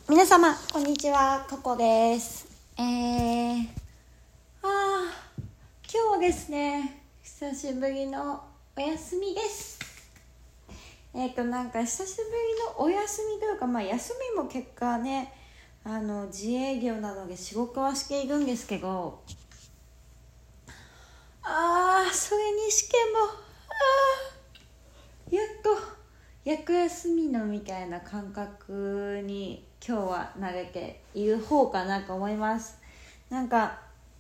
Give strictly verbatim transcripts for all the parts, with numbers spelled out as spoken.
皆様こんにちは、ココです。えー、あ今日はですね、久しぶりのお休みです。えっ、ー、となんか久しぶりのお休みというか、まあ休みも結果ね、あの自営業なので仕事はしているんですけど、あーそれにしてもあやっと役休みのみたいな感覚に今日は慣れている方かなと思います。なんか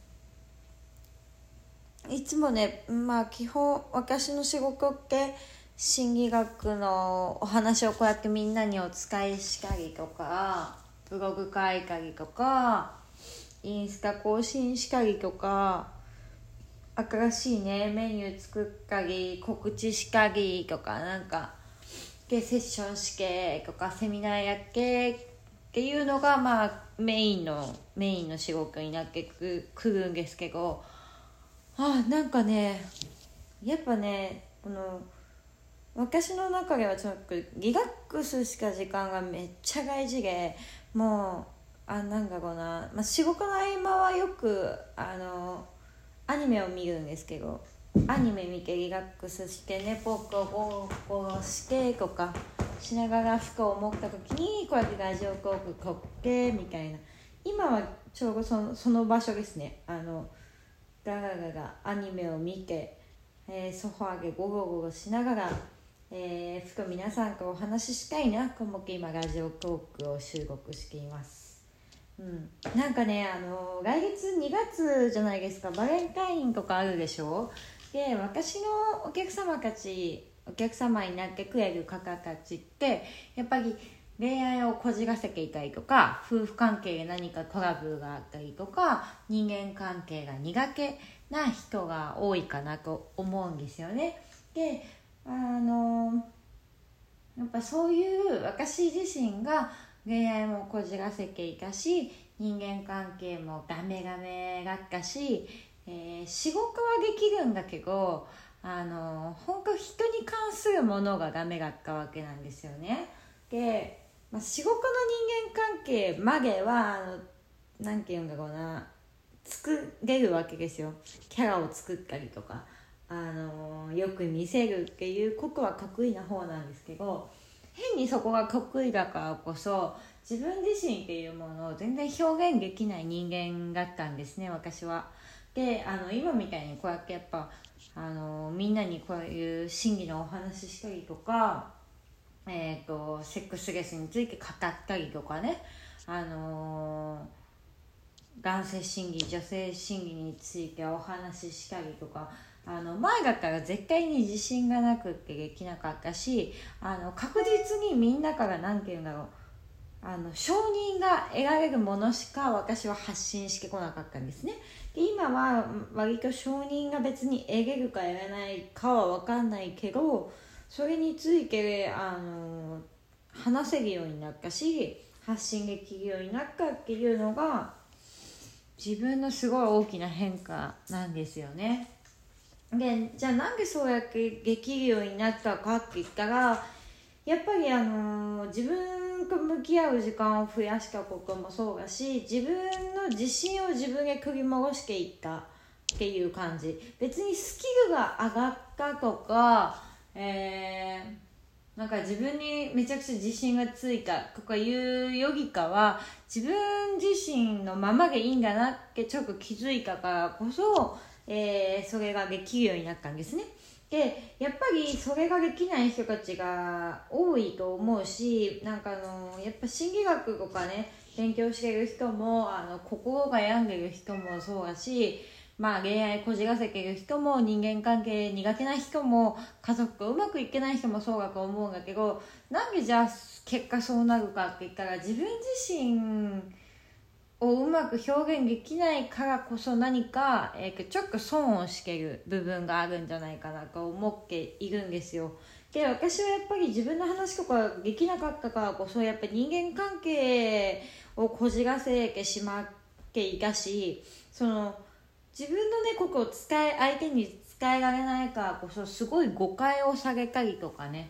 いつもね、まあ基本私の仕事って心理学のお話をこうやってみんなにお伝えしたりとか、ブログ書いたりとか、インスタ更新したりとか、新しいねメニュー作ったり告知したりとか、なんかでセッションしてとかセミナーやってっていうのがまあメインのメインの仕事になってく, くるんですけど、あなんかねやっぱねこの私の中ではちょっとリラックスした時間がめっちゃ大事で、もうあなんだろうな、まあ、仕事の合間はよくあのアニメを見るんですけど、アニメ見てリラックスしてねポッコゴーゴーしてとかしながらふと思った時にこうやってラジオトーク撮ってみたいな、今はちょうどその、その場所ですね。あのガラガラアニメを見て、えー、ソファーでゴロゴロしながら、えー、ふと皆さんとお話ししたいなと思って今ラジオトークを収録しています。うん、なんかね、あの来月にがつじゃないですか、バレンタインとかあるでしょ。で私のお客様たちお客様になってくれる方たちってやっぱり恋愛をこじらせていたりとか、夫婦関係で何かトラブルがあったりとか、人間関係が苦手な人が多いかなと思うんですよね。であのやっぱそういう私自身が恋愛もこじらせていたし、人間関係もダメダメだったし、えー、仕事はできるんだけど、あの本当人に関するものがダメだったわけなんですよね。で、まあ、仕事の人間関係まではあのなんていうんだろうな、作れるわけですよ。キャラを作ったりとか、あのよく見せるっていうことは得意な方なんですけど、変にそこが得意だからこそ自分自身っていうものを全然表現できない人間だったんですね、私は。であの今みたいにこうやってやっぱあのみんなにこういう真偽のお話ししたりとか、えーと、セックスレスについて語ったりとかね、あの男性心理女性心理についてお話ししたりとか、あの前だったら絶対に自信がなくってできなかったし、あの確実にみんなから何て言うんだろう、あの承認が得られるものしか私は発信してこなかったんですね。で今は割と承認が別に得れるか得れないかは分かんないけど、それについてあの話せるようになったし発信できるようになったっていうのが自分のすごい大きな変化なんですよね。でじゃあなんでそうやってできるようになったかって言ったら、やっぱりあの自分と向き合う時間を増やしたこともそうだし、自分の自信を自分で振り戻していったっていう感じ。別にスキルが上がったとか、えー、なんか自分にめちゃくちゃ自信がついたとかいうよりかは、自分自身のままでいいんだなってちょっと気づいたからこそ、えー、それができるようになったんですね。でやっぱりそれができない人たちが多いと思うし、なんかあのやっぱ心理学とかね勉強してる人も、あの心が病んでる人もそうだし、まあ恋愛こじらせてる人も人間関係苦手な人も家族とうまくいけない人もそうだと思うんだけど、なんでじゃあ結果そうなるかって言ったら、自分自身をうまく表現できないからこそ何か、えー、ちょっと損をしている部分があるんじゃないかなと思っているんですよ。で私はやっぱり自分の話とかできなかったからこそ、やっぱり人間関係をこじらせてしまっていたし、その自分のねことを伝え相手に伝えられないからこそすごい誤解をされたりとかね、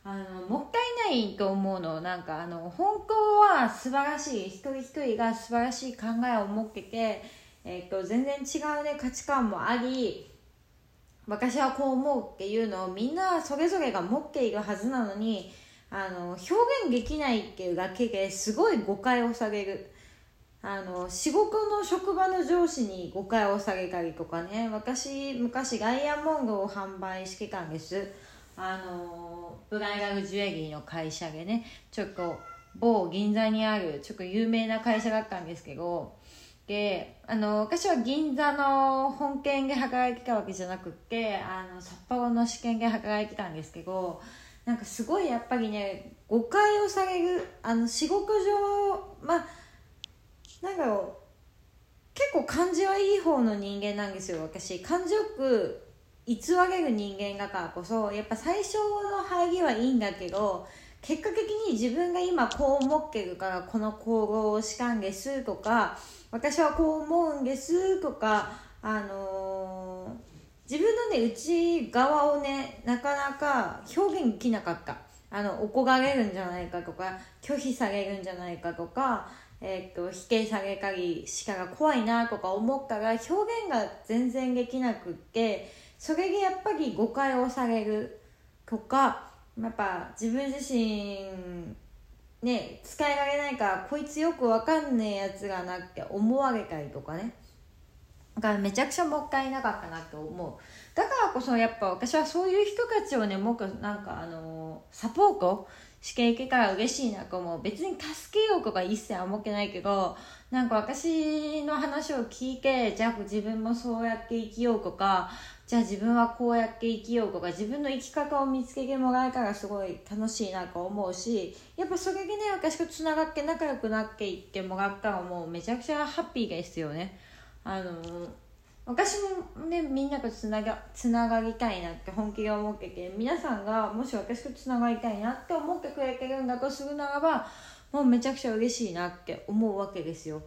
あのもったいないと思うの。なんかあの本当は素晴らしい、一人一人が素晴らしい考えを持ってて、えー、と全然違うね価値観もあり、私はこう思うっていうのをみんなそれぞれが持っているはずなのに、あの表現できないっていうだけですごい誤解をされる。あの仕事の職場の上司に誤解をされたりとかね。私昔ダイヤモンドを販売してたんです。あのブライダルジュエリーの会社でね、ちょっと某銀座にあるちょっと有名な会社だったんですけど、であの私は銀座の本店で働いてたわけじゃなくって、あの札幌の支店で働いてたんですけど、なんかすごいやっぱりね誤解をされる。あの仕事上まあなんだろう、結構感じはいい方の人間なんですよ。私感じよく偽れる人間だからこそ、やっぱ最初の入りはいいんだけど、結果的に自分が今こう思ってるからこの行動をしたんですとか、私はこう思うんですとか、あのー、自分のね内側をねなかなか表現できなかった。あの怒られるんじゃないかとか、拒否されるんじゃないかとか、えー、と否定されたりしたら怖いなとか思ったら表現が全然できなくって、それでやっぱり誤解をされるとか、やっぱ自分自身ね使えられないからこいつよくわかんねえやつがなって思われたりとかね、だからめちゃくちゃもったいなかったなと思う。だからこそやっぱ私はそういう人たちをねもっとなんかあのサポートしていけたら嬉しいなと思う。別に助けようとか一切思ってないけど、なんか私の話を聞いて、じゃあ自分もそうやって生きようとか、じゃあ自分はこうやって生きようとか、自分の生き方を見つけてもらえたらすごい楽しいなと思うし、やっぱそれでね私とつながって仲良くなっていってもらったらもうめちゃくちゃハッピーですよね。あの私もねみんなとつなが、つながりたいなって本気で思ってて、皆さんがもし私とつながりたいなって思ってくれてるんだとするならば、もうめちゃくちゃ嬉しいなって思うわけですよ。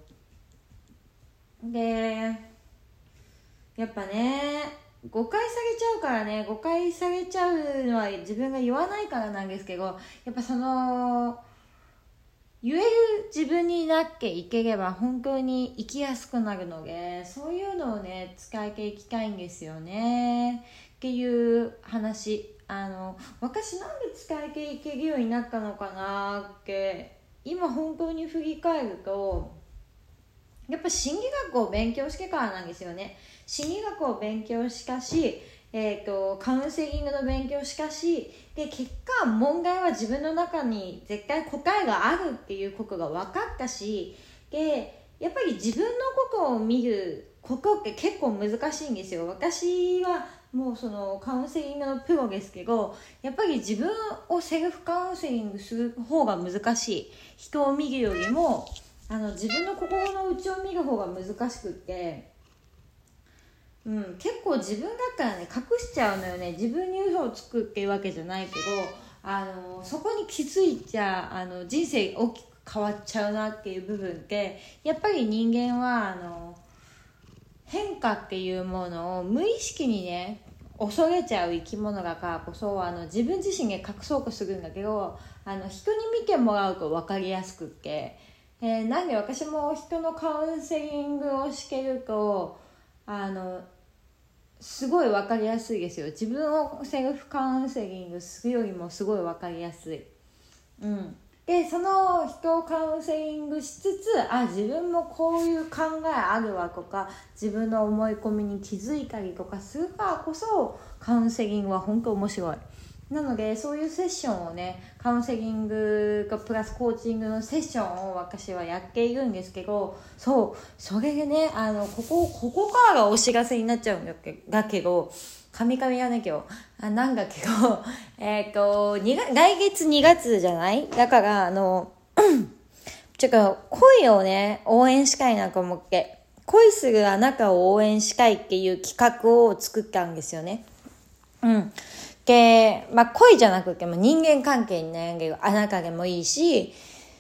でやっぱね誤解されちゃうからね、誤解されちゃうのは自分が言わないからなんですけど、やっぱその言える自分になっていければ本当に生きやすくなるので、そういうのをね使えていきたいんですよねっていう話。あの私なんで使えていけるようになったのかなって今本当に振り返ると、やっぱ心理学を勉強してからなんですよね。心理学を勉強したし、えーと、カウンセリングの勉強したし、で結果問題は自分の中に絶対答えがあるっていうことが分かったし、でやっぱり自分のことを見ることって結構難しいんですよ。私はもうそのカウンセリングのプロですけど、やっぱり自分をセルフカウンセリングする方が難しい。人を見るよりもあの自分の心の内を見る方が難しくって、うん、結構自分だったらね隠しちゃうのよね。自分に嘘をつくっていうわけじゃないけど、あのそこに気づいちゃあの人生大きく変わっちゃうなっていう部分って、やっぱり人間はあの変化っていうものを無意識にね恐れちゃう生き物だからこそ、あの自分自身で隠そうとするんだけど、あの人に見てもらうと分かりやすくって、えー、なんで私も人のカウンセリングをしてるとあのすごい分かりやすいですよ。自分をセルフカウンセリングするよりもすごい分かりやすい。うん、でその人をカウンセリングしつつ、あ自分もこういう考えあるわとか、自分の思い込みに気づいたりとかするからこそカウンセリングは本当面白い。なのでそういうセッションをね、カウンセリングがプラスコーチングのセッションを私はやっているんですけど、そうそれでねあのここここからがお知らせになっちゃうんだけだけど神々やね今日あなんだけどえっとにが来月にがつじゃない？だからあのちょっと恋をね応援したいなと思って、恋するあなたを応援したいっていう企画を作ったんですよね。うんで、まあ、恋じゃなくても人間関係に悩んでるあなたでもいいし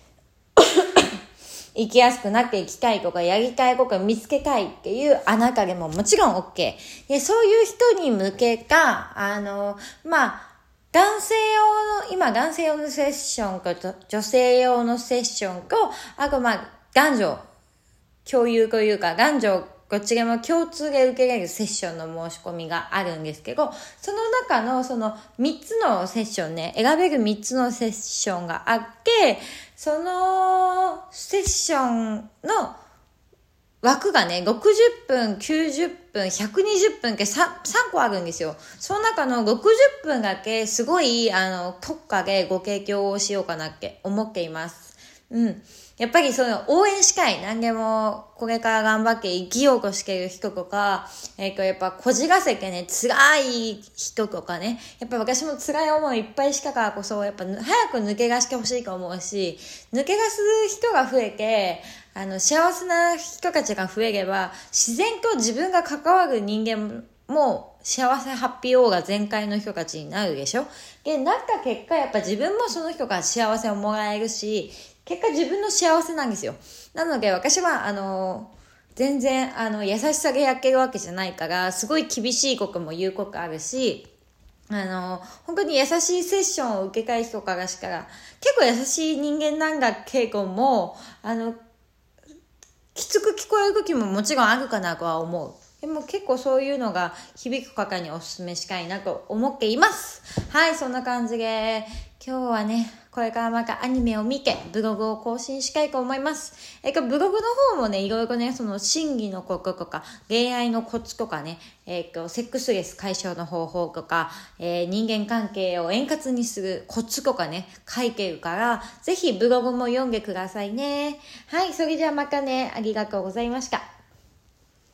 生きやすくなっていきたいとかやりたいことを見つけたいっていうあなたでももちろん OK で、そういう人に向けたあのまあ男性用の、今男性用のセッションと女性用のセッションと、あとまあ男女共有というか、男女どっちでも共通で受けれるセッションの申し込みがあるんですけど、その中のそのみっつのセッションね、選べるみっつのセッションがあって、そのセッションの枠がね、ろくじゅっぷん、きゅうじゅっぷん、ひゃくにじゅっぷんって 3, 3個あるんですよ。その中のろくじゅっぷんだけすごい、あの、特化でご提供をしようかなって思っています。うん。やっぱりそういう応援したい。何でもこれから頑張って生きようとしている人とか、えっと、やっぱこじらせてね、辛い人とかね、やっぱ私も辛い思いいっぱいしたからこそ、やっぱ早く抜け出してほしいと思うし、抜け出す人が増えて、あの、幸せな人たちが増えれば、自然と自分が関わる人間も幸せハッピーオーラ全開の人たちになるでしょ。で、なった結果、やっぱ自分もその人から幸せをもらえるし、結果自分の幸せなんですよ。なので私は、あの、全然、あの、優しさでやってるわけじゃないから、すごい厳しいことも言うことあるし、あの、本当に優しいセッションを受けたい人からしたら、結構優しい人間なんだけども、あの、きつく聞こえる時ももちろんあるかなとは思う。でも結構そういうのが響く方におすすめしたいなと思っています。はい、そんな感じで、今日はね、これからまたアニメを見てブログを更新したいと思います。えっと、ブログの方もね、いろいろね、その心理のこととか、恋愛のコツとかね、えっと、セックスレス解消の方法とか、えー、人間関係を円滑にするコツとかね、書いてるから、ぜひブログも読んでくださいね。はい、それじゃあまたね、ありがとうございました。